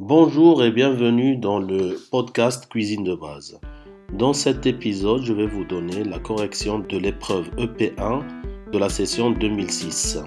Bonjour et bienvenue dans le podcast Cuisine de base. Dans cet épisode, je vais vous donner la correction de l'épreuve EP1 de la session 2006.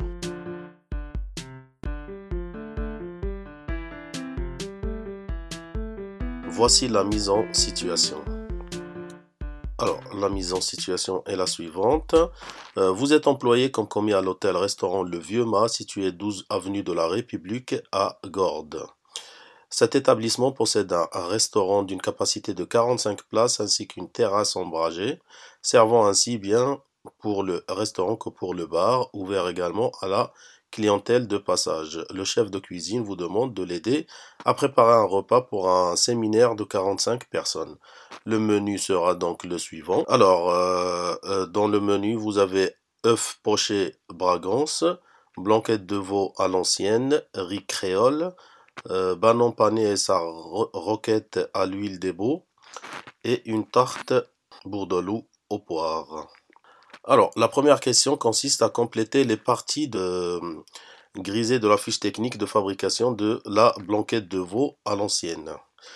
Voici la mise en situation. Alors, la mise en situation est la suivante. Vous êtes employé comme commis à l'hôtel-restaurant Le Vieux Mât, situé 12 avenue de la République à Gordes. Cet établissement possède un restaurant d'une capacité de 45 places ainsi qu'une terrasse ombragée, servant ainsi bien pour le restaurant que pour le bar, ouvert également à la clientèle de passage. Le chef de cuisine vous demande de l'aider à préparer un repas pour un séminaire de 45 personnes. Le menu sera donc le suivant. Alors, dans le menu, vous avez œufs pochés Bragance, blanquette de veau à l'ancienne, riz créole, banon pané et sa roquette à l'huile des baux et une tarte bourdaloue au poire. Alors, la première question consiste à compléter les parties grisées de la fiche technique de fabrication de la blanquette de veau à l'ancienne.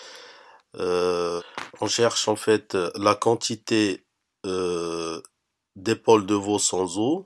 On cherche en fait la quantité d'épaules de veau sans eau.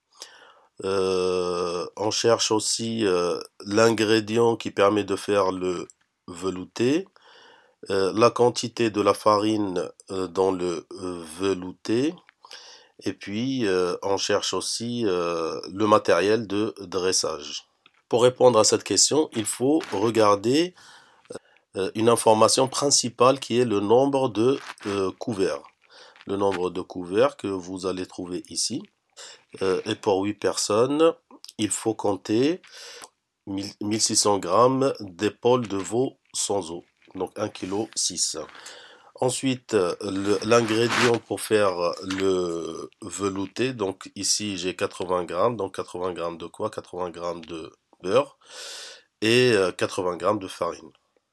On cherche aussi l'ingrédient qui permet de faire le velouté, la quantité de la farine dans le velouté, et puis on cherche aussi le matériel de dressage. Pour répondre à cette question, il faut regarder une information principale qui est le nombre de couverts. Le nombre de couverts que vous allez trouver ici. Et pour 8 personnes, il faut compter 1600 grammes d'épaules de veau sans eau, donc 1,6 kg. Ensuite, l'ingrédient pour faire le velouté, donc ici j'ai 80 grammes, donc 80 grammes de quoi? 80 grammes de beurre et 80 grammes de farine.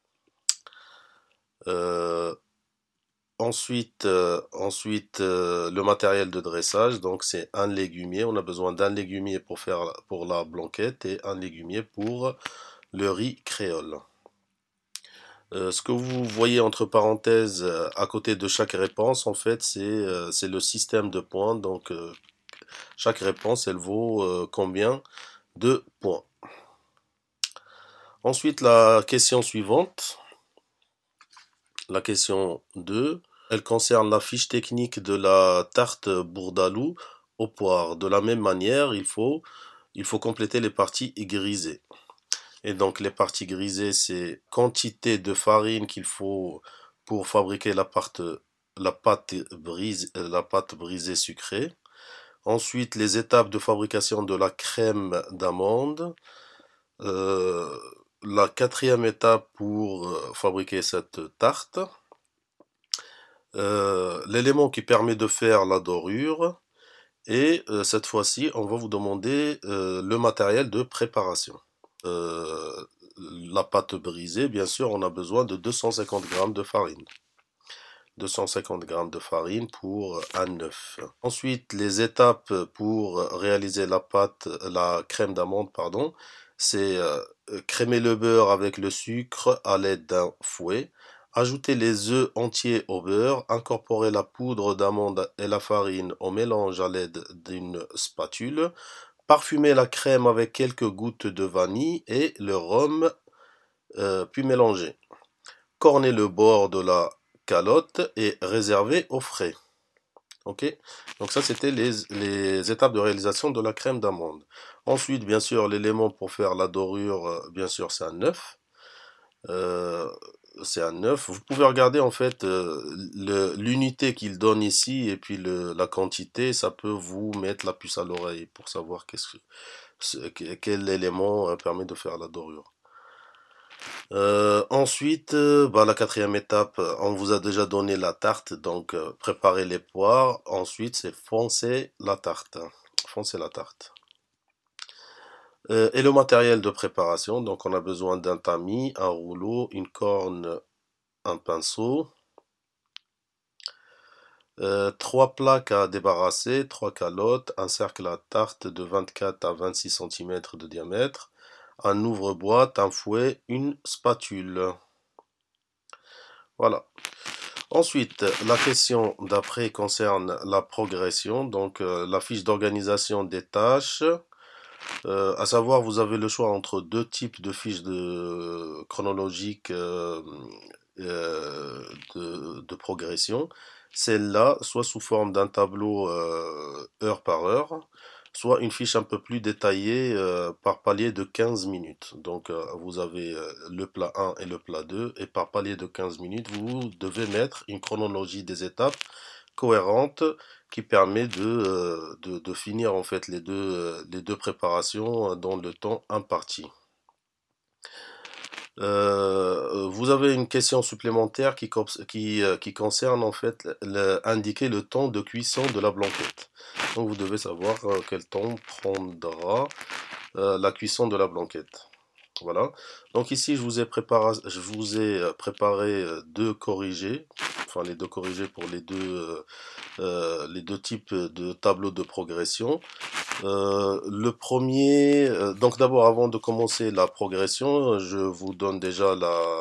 Ensuite, le matériel de dressage, donc c'est un légumier. On a besoin d'un légumier pour la blanquette et un légumier pour le riz créole. Ce que vous voyez entre parenthèses à côté de chaque réponse, en fait, c'est le système de points. Donc, chaque réponse, elle vaut combien de points. Ensuite, la question suivante, la question 2. Elle concerne la fiche technique de la tarte bourdaloue au poire. De la même manière, il faut compléter les parties grisées. Et donc les parties grisées, c'est quantité de farine qu'il faut pour fabriquer la pâte brisée sucrée. Ensuite, les étapes de fabrication de la crème d'amande. La quatrième étape pour fabriquer cette tarte. L'élément qui permet de faire la dorure et cette fois-ci on va vous demander le matériel de préparation. La pâte brisée, bien sûr, on a besoin de 250 grammes de farine. 250 grammes de farine pour un œuf. Ensuite, les étapes pour réaliser la crème d'amande, pardon, c'est crémer le beurre avec le sucre à l'aide d'un fouet. Ajouter les œufs entiers au beurre, incorporer la poudre d'amande et la farine au mélange à l'aide d'une spatule, parfumer la crème avec quelques gouttes de vanille et le rhum, puis mélanger. Corner le bord de la calotte et réserver au frais. Ok, donc ça c'était les étapes de réalisation de la crème d'amande. Ensuite, bien sûr, l'élément pour faire la dorure, bien sûr, c'est un œuf. C'est un œuf. Vous pouvez regarder en fait l'unité qu'il donne ici et puis la quantité, ça peut vous mettre la puce à l'oreille pour savoir quel élément permet de faire la dorure. Ensuite, la quatrième étape, on vous a déjà donné la tarte, donc préparez les poires. Ensuite, c'est foncer la tarte. Foncer la tarte. Et le matériel de préparation, donc on a besoin d'un tamis, un rouleau, une corne, un pinceau, 3 plaques à débarrasser, 3 calottes, un cercle à tarte de 24 à 26 cm de diamètre, un ouvre-boîte, un fouet, une spatule. Voilà. Ensuite, la question d'après concerne la progression, donc la fiche d'organisation des tâches. À savoir, vous avez le choix entre deux types de fiches chronologiques de progression. Celle-là, soit sous forme d'un tableau heure par heure, soit une fiche un peu plus détaillée par palier de 15 minutes. Donc vous avez le plat 1 et le plat 2, et par palier de 15 minutes, vous devez mettre une chronologie des étapes cohérente qui permet de finir en fait les deux préparations dans le temps imparti. Vous avez une question supplémentaire qui concerne en fait indiquer le temps de cuisson de la blanquette. Donc vous devez savoir quel temps prendra la cuisson de la blanquette. Voilà. Donc ici je vous ai préparé deux corrigés, enfin les deux corrigés pour les deux types de tableaux de progression. Le premier, donc d'abord avant de commencer la progression, je vous donne déjà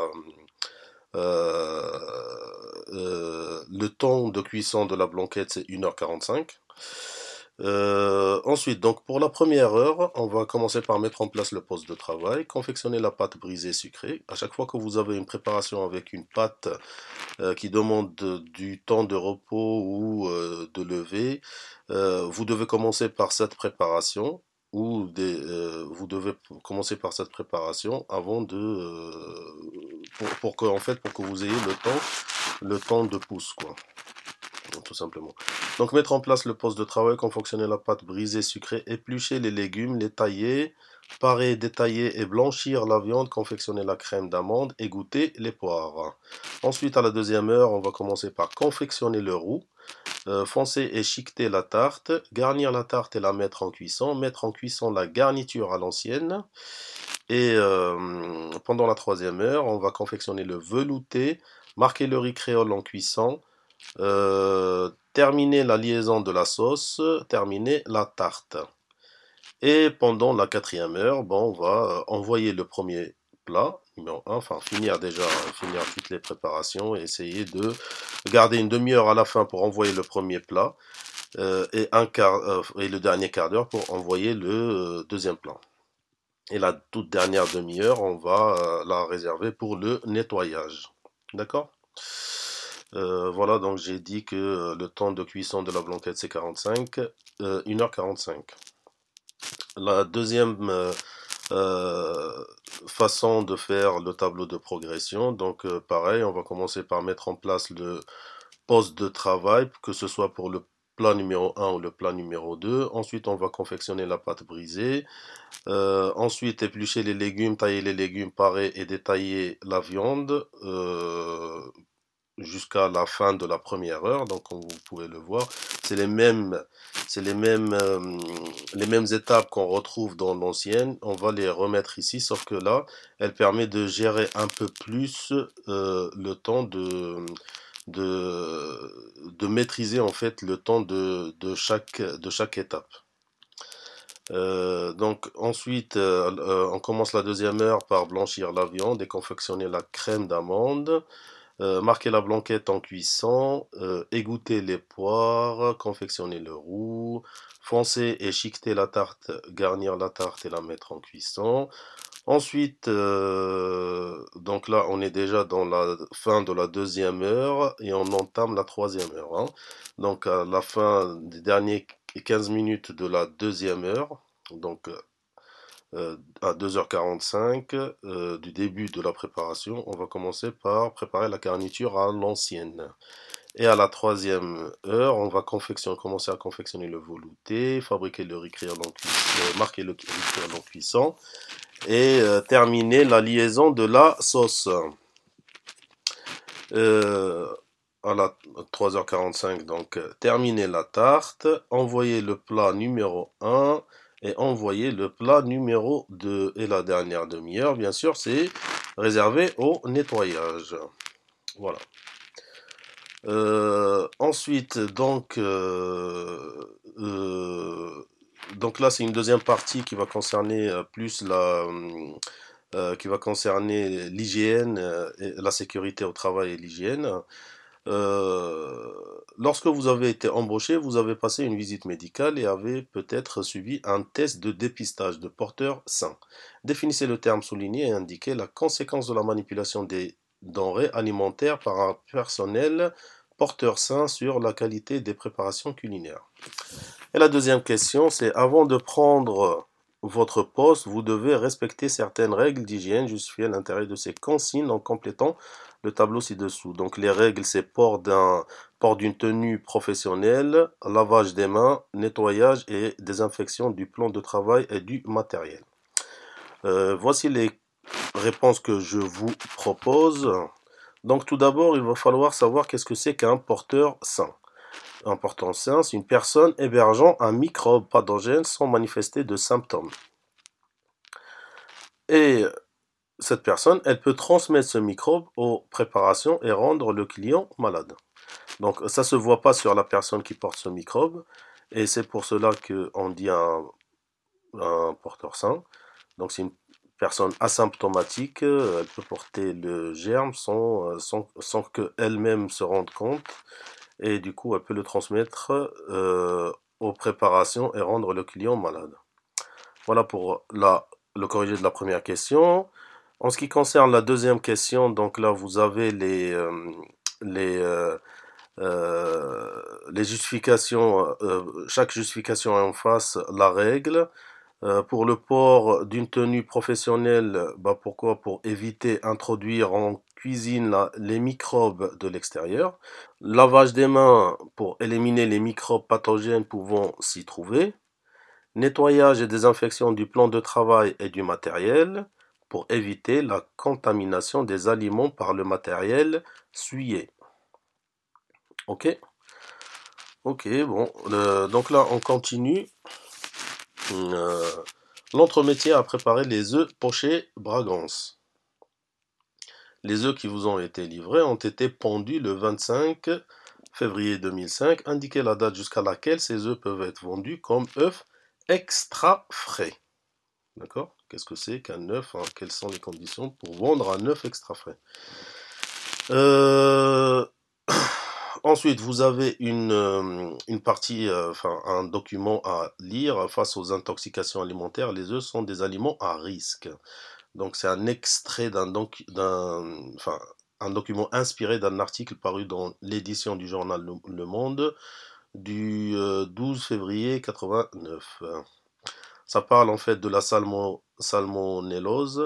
euh, le temps de cuisson de la blanquette, c'est 1h45. Ensuite, donc pour la première heure, on va commencer par mettre en place le poste de travail, confectionner la pâte brisée sucrée. À chaque fois que vous avez une préparation avec une pâte qui demande du temps de repos ou de lever, vous devez commencer par cette préparation vous devez commencer par cette préparation avant pour que en fait pour que vous ayez le temps de pousse quoi, tout simplement. Donc mettre en place le poste de travail, confectionner la pâte brisée sucrée, éplucher les légumes, les tailler, parer, détailler et blanchir la viande, confectionner la crème d'amande, égoutter les poires. Ensuite, à la deuxième heure, on va commencer par confectionner le roux, foncer et chiqueter la tarte, garnir la tarte et la mettre en cuisson la garniture à l'ancienne. Et pendant la troisième heure, on va confectionner le velouté, marquer le riz créole en cuisson, terminer la liaison de la sauce, terminer la tarte. Et pendant la quatrième heure, bon, on va envoyer le premier plat, numéro 1, enfin finir toutes les préparations et essayer de garder une demi-heure à la fin pour envoyer le premier plat et le dernier quart d'heure pour envoyer le deuxième plat. Et la toute dernière demi-heure, on va la réserver pour le nettoyage. D'accord? Voilà, donc j'ai dit que le temps de cuisson de la blanquette c'est 1h45. La deuxième façon de faire le tableau de progression, donc pareil, on va commencer par mettre en place le poste de travail, que ce soit pour le plat numéro 1 ou le plat numéro 2. Ensuite, on va confectionner la pâte brisée. Ensuite, éplucher les légumes, tailler les légumes, parer et détailler la viande jusqu'à la fin de la première heure. Donc, comme vous pouvez le voir, c'est les mêmes étapes qu'on retrouve dans l'ancienne. On va les remettre ici, sauf que là, elle permet de gérer un peu plus le temps de maîtriser en fait le temps de chaque étape. Donc ensuite, on commence la deuxième heure par blanchir la viande et confectionner la crème d'amande. Marquer la blanquette en cuisson, égoutter les poires, confectionner le roux, foncer et chiqueter la tarte, garnir la tarte et la mettre en cuisson. Ensuite, donc là, on est déjà dans la fin de la deuxième heure et on entame la troisième heure, hein. Donc, à la fin des derniers 15 minutes de la deuxième heure, donc à 2h45 du début de la préparation, on va commencer par préparer la garniture à l'ancienne. Et à la troisième heure, on va commencer à confectionner le velouté, fabriquer le riz créole en cuisson, marquer le riz créole en cuisson et terminer la liaison de la sauce. À la 3h45, donc terminer la tarte, envoyer le plat numéro 1 et envoyer le plat numéro 2. Et la dernière demi-heure, bien sûr, c'est réservé au nettoyage. Voilà. Ensuite, donc, donc là, c'est une deuxième partie qui va concerner plus qui va concerner l'hygiène, et la sécurité au travail et l'hygiène. Euh, Lorsque vous avez été embauché, vous avez passé une visite médicale et avez peut-être suivi un test de dépistage de porteurs sains. Définissez le terme souligné et indiquez la conséquence de la manipulation des denrées alimentaires par un personnel porteur sain sur la qualité des préparations culinaires. Et la deuxième question, c'est avant de prendre votre poste, vous devez respecter certaines règles d'hygiène, justifier l'intérêt de ces consignes en complétant le tableau ci-dessous. Donc les règles, c'est port d'une tenue professionnelle, lavage des mains, nettoyage et désinfection du plan de travail et du matériel. Voici les réponses que je vous propose. Donc tout d'abord, il va falloir savoir qu'est-ce que c'est qu'un porteur sain. Un porteur sain, c'est une personne hébergeant un microbe pathogène sans manifester de symptômes. Et cette personne, elle peut transmettre ce microbe aux préparations et rendre le client malade. Donc ça se voit pas sur la personne qui porte ce microbe, et c'est pour cela qu'on dit un porteur sain. Donc c'est une personne asymptomatique, elle peut porter le germe sans qu'elle-même se rende compte, et du coup elle peut le transmettre aux préparations et rendre le client malade. Voilà pour le corrigé de la première question. En ce qui concerne la deuxième question, donc là vous avez les, euh, les justifications, chaque justification a en face la règle. Pour le port d'une tenue professionnelle, bah pourquoi? Pour éviter introduire en cuisine les microbes de l'extérieur. Lavage des mains pour éliminer les microbes pathogènes pouvant s'y trouver. Nettoyage et désinfection du plan de travail et du matériel pour éviter la contamination des aliments par le matériel souillé. Ok? Ok, bon. Donc là, on continue. Euh, L'entremétier a préparé les œufs pochés Bragance. Les œufs qui vous ont été livrés ont été pendus le 25 février 2005. Indiquez la date jusqu'à laquelle ces œufs peuvent être vendus comme œufs extra frais. D'accord? Qu'est-ce que c'est qu'un œuf, hein? Quelles sont les conditions pour vendre un œuf extra frais? Ensuite, vous avez une partie, un document à lire face aux intoxications alimentaires. Les œufs sont des aliments à risque. Donc, c'est un extrait un document inspiré d'un article paru dans l'édition du journal Le Monde du 12 février 89. Ça parle en fait de la salmonellose.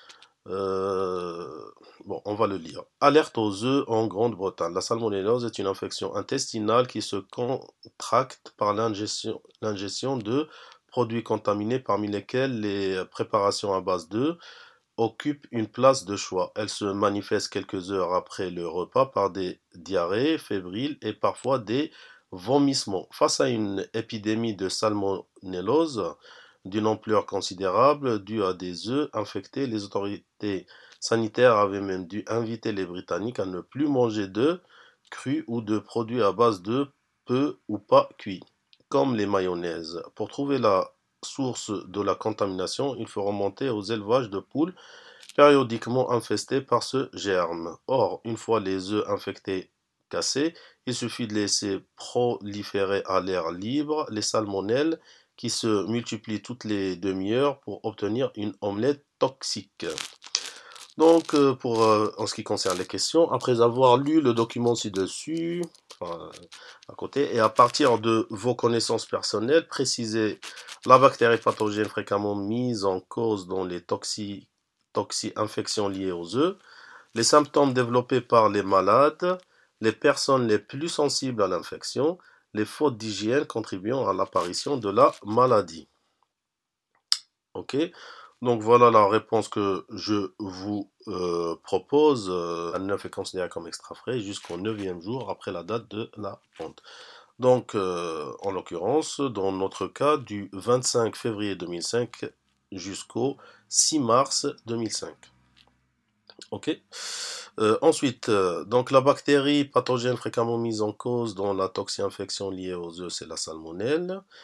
Bon, on va le lire. Alerte aux œufs en Grande-Bretagne. La salmonellose est une infection intestinale qui se contracte par l'ingestion de produits contaminés, parmi lesquels les préparations à base d'œufs occupent une place de choix. Elle se manifeste quelques heures après le repas par des diarrhées fébriles et parfois des vomissements. Face à une épidémie de salmonellose d'une ampleur considérable due à des œufs infectés, les autorités sanitaires avaient même dû inviter les Britanniques à ne plus manger d'œufs crus ou de produits à base d'œufs peu ou pas cuits, comme les mayonnaises. Pour trouver la source de la contamination, il faut remonter aux élevages de poules périodiquement infestés par ce germe. Or, une fois les œufs infectés cassés, il suffit de laisser proliférer à l'air libre les salmonelles qui se multiplient toutes les demi-heures pour obtenir une omelette toxique. Donc, en ce qui concerne les questions, après avoir lu le document ci-dessus, à côté, et à partir de vos connaissances personnelles, précisez la bactérie pathogène fréquemment mise en cause dans les toxi-infections liées aux œufs, les symptômes développés par les malades, les personnes les plus sensibles à l'infection, les fautes d'hygiène contribuant à l'apparition de la maladie. Ok, donc voilà la réponse que je vous propose. Un œuf est considéré comme extra frais jusqu'au 9e jour après la date de la vente. Donc, en l'occurrence, dans notre cas, du 25 février 2005 jusqu'au 6 mars 2005. Ok. Ensuite, donc la bactérie pathogène fréquemment mise en cause dans la toxi-infection liée aux œufs, c'est la salmonelle.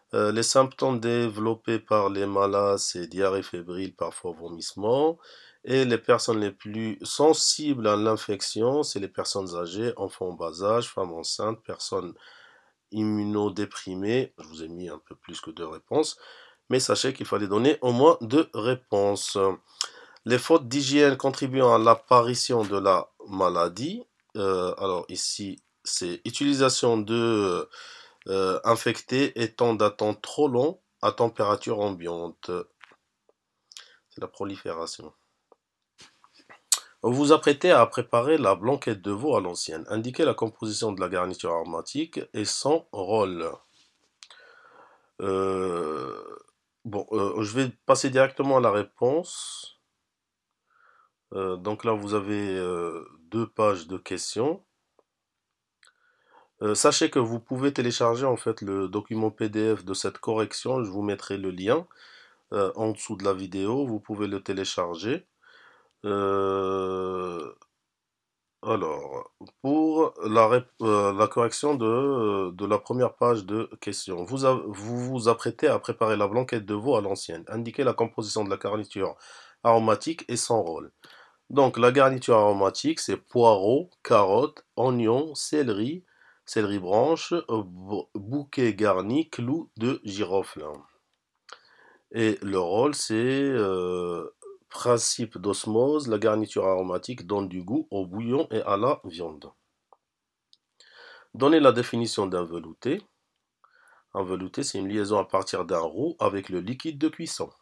Les symptômes développés par les malades, c'est diarrhée fébrile, parfois vomissement. Et les personnes les plus sensibles à l'infection, c'est les personnes âgées, enfants en bas âge, femmes enceintes, personnes immunodéprimées. Je vous ai mis un peu plus que deux réponses, mais sachez qu'il fallait donner au moins deux réponses. Les fautes d'hygiène contribuant à l'apparition de la maladie. Alors ici, c'est utilisation de infectés et temps d'attente trop long à température ambiante. C'est la prolifération. Vous vous apprêtez à préparer la blanquette de veau à l'ancienne. Indiquez la composition de la garniture aromatique et son rôle. Je vais passer directement à la réponse. Donc là, vous avez deux pages de questions. Sachez que vous pouvez télécharger en fait le document PDF de cette correction. Je vous mettrai le lien en dessous de la vidéo. Vous pouvez le télécharger. Euh, alors, pour la correction de la première page de question, vous vous apprêtez à préparer la blanquette de veau à l'ancienne. Indiquez la composition de la garniture aromatique et son rôle. Donc, la garniture aromatique, c'est poireaux, carottes, oignons, céleri, céleri branche, bouquet garni, clous de girofle. Et le rôle, c'est principe d'osmose, la garniture aromatique donne du goût au bouillon et à la viande. Donnez la définition d'un velouté. Un velouté, c'est une liaison à partir d'un roux avec le liquide de cuisson.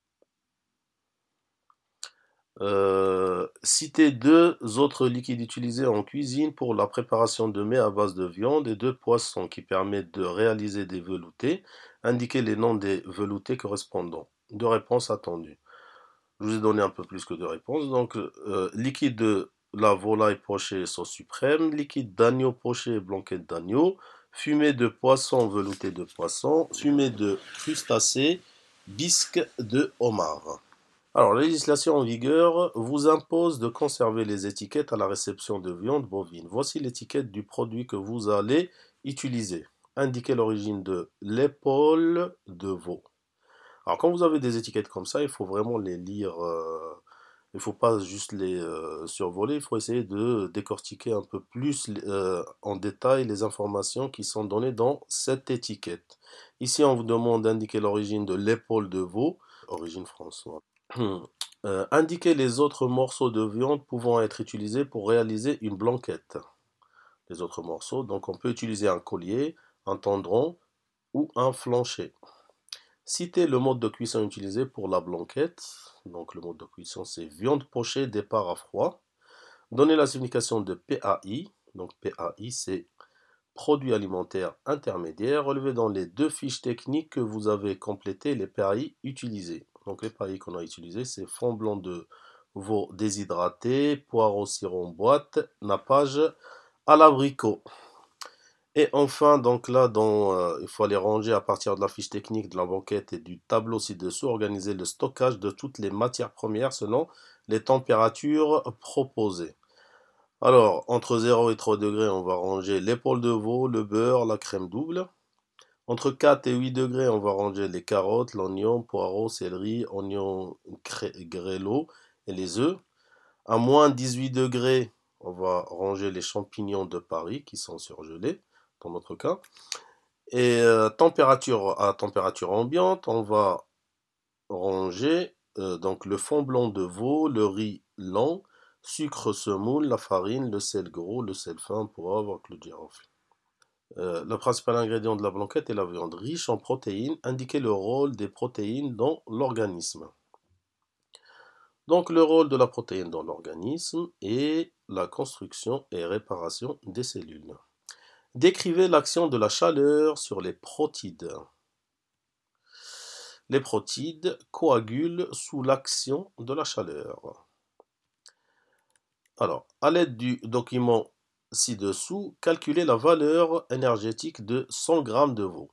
Citez deux autres liquides utilisés en cuisine pour la préparation de mets à base de viande et de poisson qui permettent de réaliser des veloutés. Indiquez les noms des veloutés correspondants. Deux réponses attendues. Je vous ai donné un peu plus que deux réponses. Donc, liquide de la volaille pochée sauce suprême, liquide d'agneau poché blanquette d'agneau, fumée de poisson velouté de poisson, fumée de crustacés, bisque de homard. Alors, la législation en vigueur vous impose de conserver les étiquettes à la réception de viande bovine. Voici l'étiquette du produit que vous allez utiliser. Indiquez l'origine de l'épaule de veau. Alors, quand vous avez des étiquettes comme ça, il faut vraiment les lire. Il ne faut pas juste les survoler. Il faut essayer de décortiquer un peu plus en détail les informations qui sont données dans cette étiquette. Ici, on vous demande d'indiquer l'origine de l'épaule de veau, origine François. Indiquez les autres morceaux de viande pouvant être utilisés pour réaliser une blanquette. Les autres morceaux, donc on peut utiliser un collier, un tendron ou un flancher. Citez le mode de cuisson utilisé pour la blanquette. Donc le mode de cuisson, c'est viande pochée, départ à froid. Donnez la signification de PAI. Donc PAI, c'est produit alimentaire intermédiaire. Relevez dans les deux fiches techniques que vous avez complétées les PAI utilisés. Donc les PAI qu'on a utilisés, c'est fond blanc de veau déshydraté, poireau sirop en boîte, nappage à l'abricot. Et enfin, donc là, il faut aller ranger à partir de la fiche technique de la banquette et du tableau ci-dessous, organiser le stockage de toutes les matières premières selon les températures proposées. Alors, entre 0 et 3 degrés, on va ranger l'épaule de veau, le beurre, la crème double. Entre 4 et 8 degrés, on va ranger les carottes, l'oignon, poireau, céleri, oignon grêlot et les œufs. À moins 18 degrés, on va ranger les champignons de Paris qui sont surgelés, dans notre cas. Et à température ambiante, on va ranger donc le fond blanc de veau, le riz lent, sucre semoule, la farine, le sel gros, le sel fin, poivre, clou de girofle. Le principal ingrédient de la blanquette est la viande riche en protéines. Indiquez le rôle des protéines dans l'organisme. Donc le rôle de la protéine dans l'organisme est la construction et réparation des cellules. Décrivez l'action de la chaleur sur les protides. Les protides coagulent sous l'action de la chaleur. Alors, à l'aide du document ci-dessous, calculez la valeur énergétique de 100 g de veau.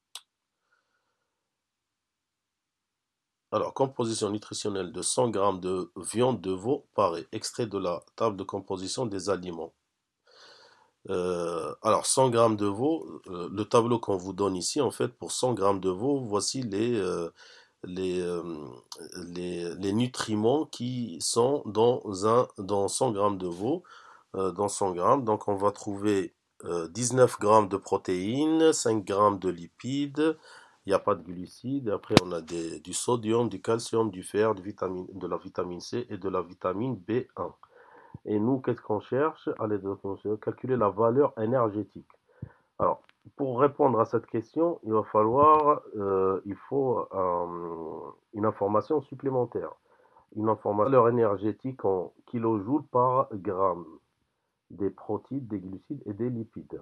Alors, composition nutritionnelle de 100 g de viande de veau, pareil, extrait de la table de composition des aliments. Alors, 100 grammes de veau, le tableau qu'on vous donne ici, en fait, pour 100 grammes de veau, voici les, euh, les nutriments qui sont dans 100 grammes de veau. Dans 100 grammes, donc on va trouver 19 grammes de protéines, 5 grammes de lipides, il n'y a pas de glucides. Après, on a du sodium, du calcium, du fer, de la vitamine C et de la vitamine B1. Et nous, qu'est-ce qu'on cherche? Allez, donc, on cherche calculer la valeur énergétique. Alors, pour répondre à cette question, il faut une information supplémentaire. Une information valeur énergétique en kilojoules par gramme des protéines, des glucides et des lipides.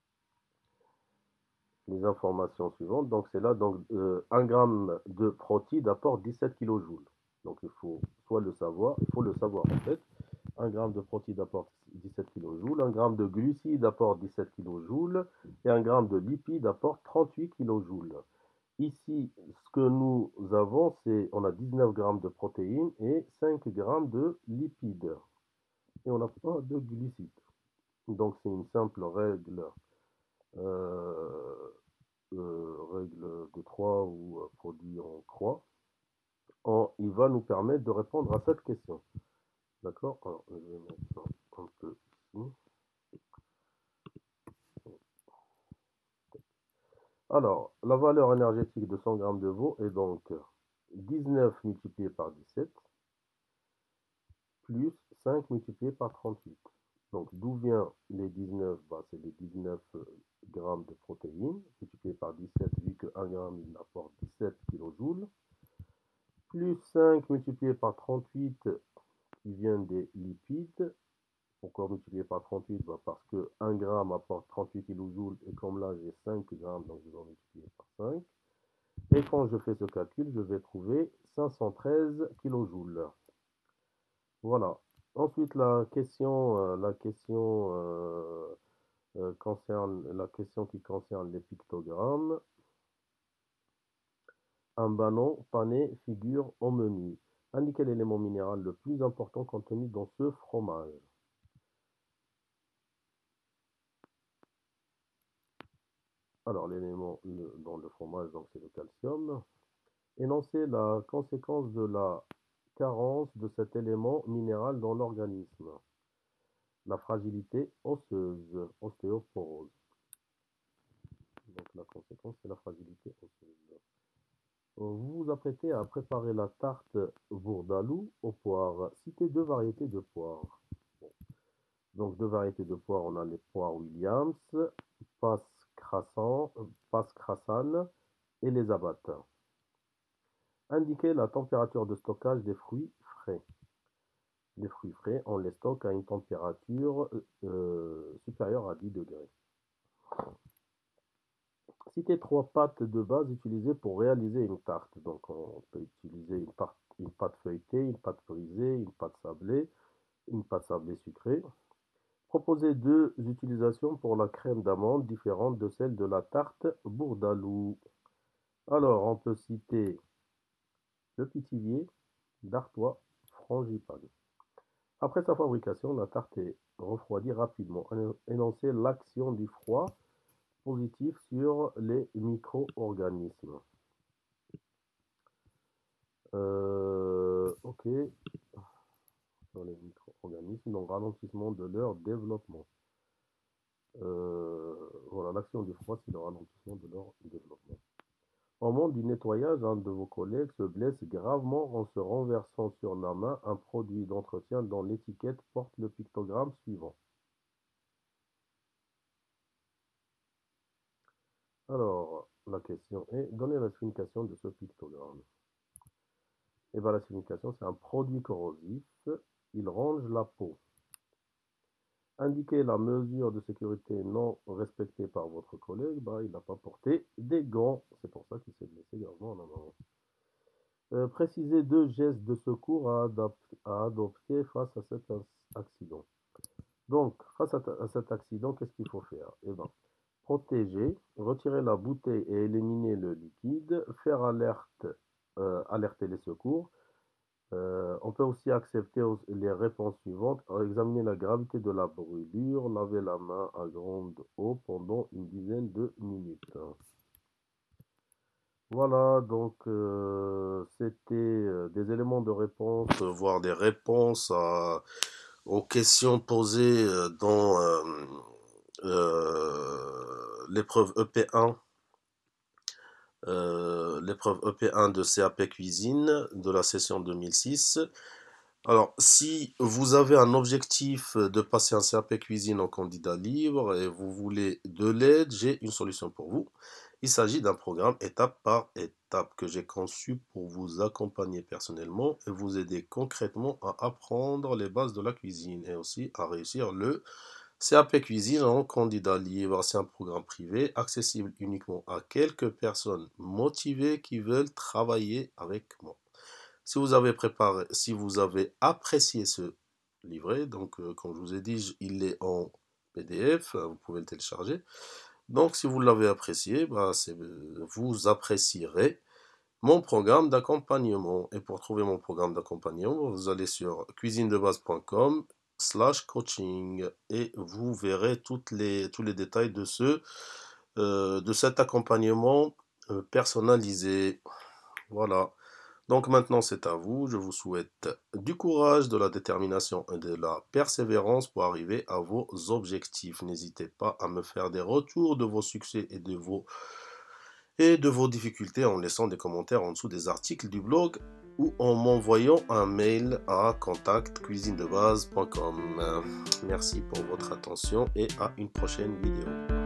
Les informations suivantes, donc c'est là, donc 1 gramme de protéines apporte 17 kilojoules. Donc il faut le savoir en fait. 1 gramme de protéines apporte 17 kilojoules, 1 gramme de glucides apporte 17 kilojoules et 1 gramme de lipides apporte 38 kilojoules. Ici, ce que nous avons, c'est on a 19 grammes de protéines et 5 grammes de lipides. Et on n'a pas de glucides. Donc c'est une simple euh, règle de 3 ou produit en croix. Il va nous permettre de répondre à cette question. D'accord? Alors, je vais mettre ça un peu ici. Alors, la valeur énergétique de 100 grammes de veau est donc 19 multiplié par 17 plus 5 multiplié par 38. Donc, d'où vient les 19? Bah, c'est les 19 grammes de protéines multiplié par 17, vu que 1 gramme il apporte 17 kilojoules, plus 5 multiplié par 38 qui vient des lipides. Pourquoi multiplié par 38? Bah parce que 1 gramme apporte 38 kilojoules et comme là j'ai 5 grammes, donc je dois multiplier par 5. Et quand je fais ce calcul, je vais trouver 513 kilojoules. Voilà. Ensuite, la question qui concerne les pictogrammes. Un ballon pané figure au menu. Indiquez l'élément minéral le plus important contenu dans ce fromage. Alors, l'élément dans le fromage, donc c'est le calcium. Énoncez la conséquence de la carence de cet élément minéral dans l'organisme. La fragilité osseuse, ostéoporose. Donc la conséquence, c'est la fragilité osseuse. Vous vous apprêtez à préparer la tarte bourdaloue aux poires. Citez 2 variétés de poires. Bon. Donc 2 variétés de poires, on a les poires Williams, Passe-Crassan et les abattes. Indiquez la température de stockage des fruits frais. Les fruits frais, on les stocke à une température supérieure à 10 degrés. Citez 3 pâtes de base utilisées pour réaliser une tarte. Donc on peut utiliser une pâte feuilletée, une pâte brisée, une pâte sablée sucrée. Proposez 2 utilisations pour la crème d'amande différentes de celles de la tarte bourdaloue. Alors on peut citer le pithiviers, d'Artois, frangipane. Après sa fabrication, la tarte est refroidie rapidement. Énoncez l'action du froid positif sur les micro-organismes. Ok, sur les micro-organismes, donc ralentissement de leur développement. Voilà, l'action du froid, c'est le ralentissement de leur développement. Au moment du nettoyage, un de vos collègues se blesse gravement en se renversant sur la main un produit d'entretien dont l'étiquette porte le pictogramme suivant. Alors, la question est, donnez la signification de ce pictogramme. Et bien, la signification, c'est un produit corrosif. Il ronge la peau. Indiquez la mesure de sécurité non respectée par votre collègue. Ben, il n'a pas porté des gants. C'est pour ça qu'il s'est blessé gravement en avant. Précisez 2 gestes de secours à adopter face à cet accident. Donc, face à cet accident, qu'est-ce qu'il faut faire? Eh ben, protéger, retirer la bouteille et éliminer le liquide, faire alerter les secours, On peut aussi accepter les réponses suivantes. Examiner la gravité de la brûlure, laver la main à grande eau pendant une dizaine de minutes. Voilà, donc c'était des éléments de réponse, voire des réponses aux questions posées dans l'épreuve EP1, l'épreuve EP1 de CAP Cuisine de la session 2006. Alors, si vous avez un objectif de passer un CAP Cuisine en candidat libre et vous voulez de l'aide, j'ai une solution pour vous. Il s'agit d'un programme étape par étape que j'ai conçu pour vous accompagner personnellement et vous aider concrètement à apprendre les bases de la cuisine et aussi à réussir le CAP Cuisine en candidat libre. C'est un programme privé accessible uniquement à quelques personnes motivées qui veulent travailler avec moi. Si vous avez apprécié ce livret, donc comme je vous ai dit, il est en PDF, vous pouvez le télécharger. Donc si vous l'avez apprécié, bah, vous apprécierez mon programme d'accompagnement. Et pour trouver mon programme d'accompagnement, vous allez sur cuisinedebase.com/coaching et vous verrez tous les détails de cet accompagnement personnalisé. Voilà. Donc maintenant c'est à vous, je vous souhaite du courage, de la détermination et de la persévérance pour arriver à vos objectifs. N'hésitez pas à me faire des retours de vos succès et de vos difficultés en laissant des commentaires en dessous des articles du blog ou en m'envoyant un mail à contact@cuisinedebase.com. Merci pour votre attention et à une prochaine vidéo.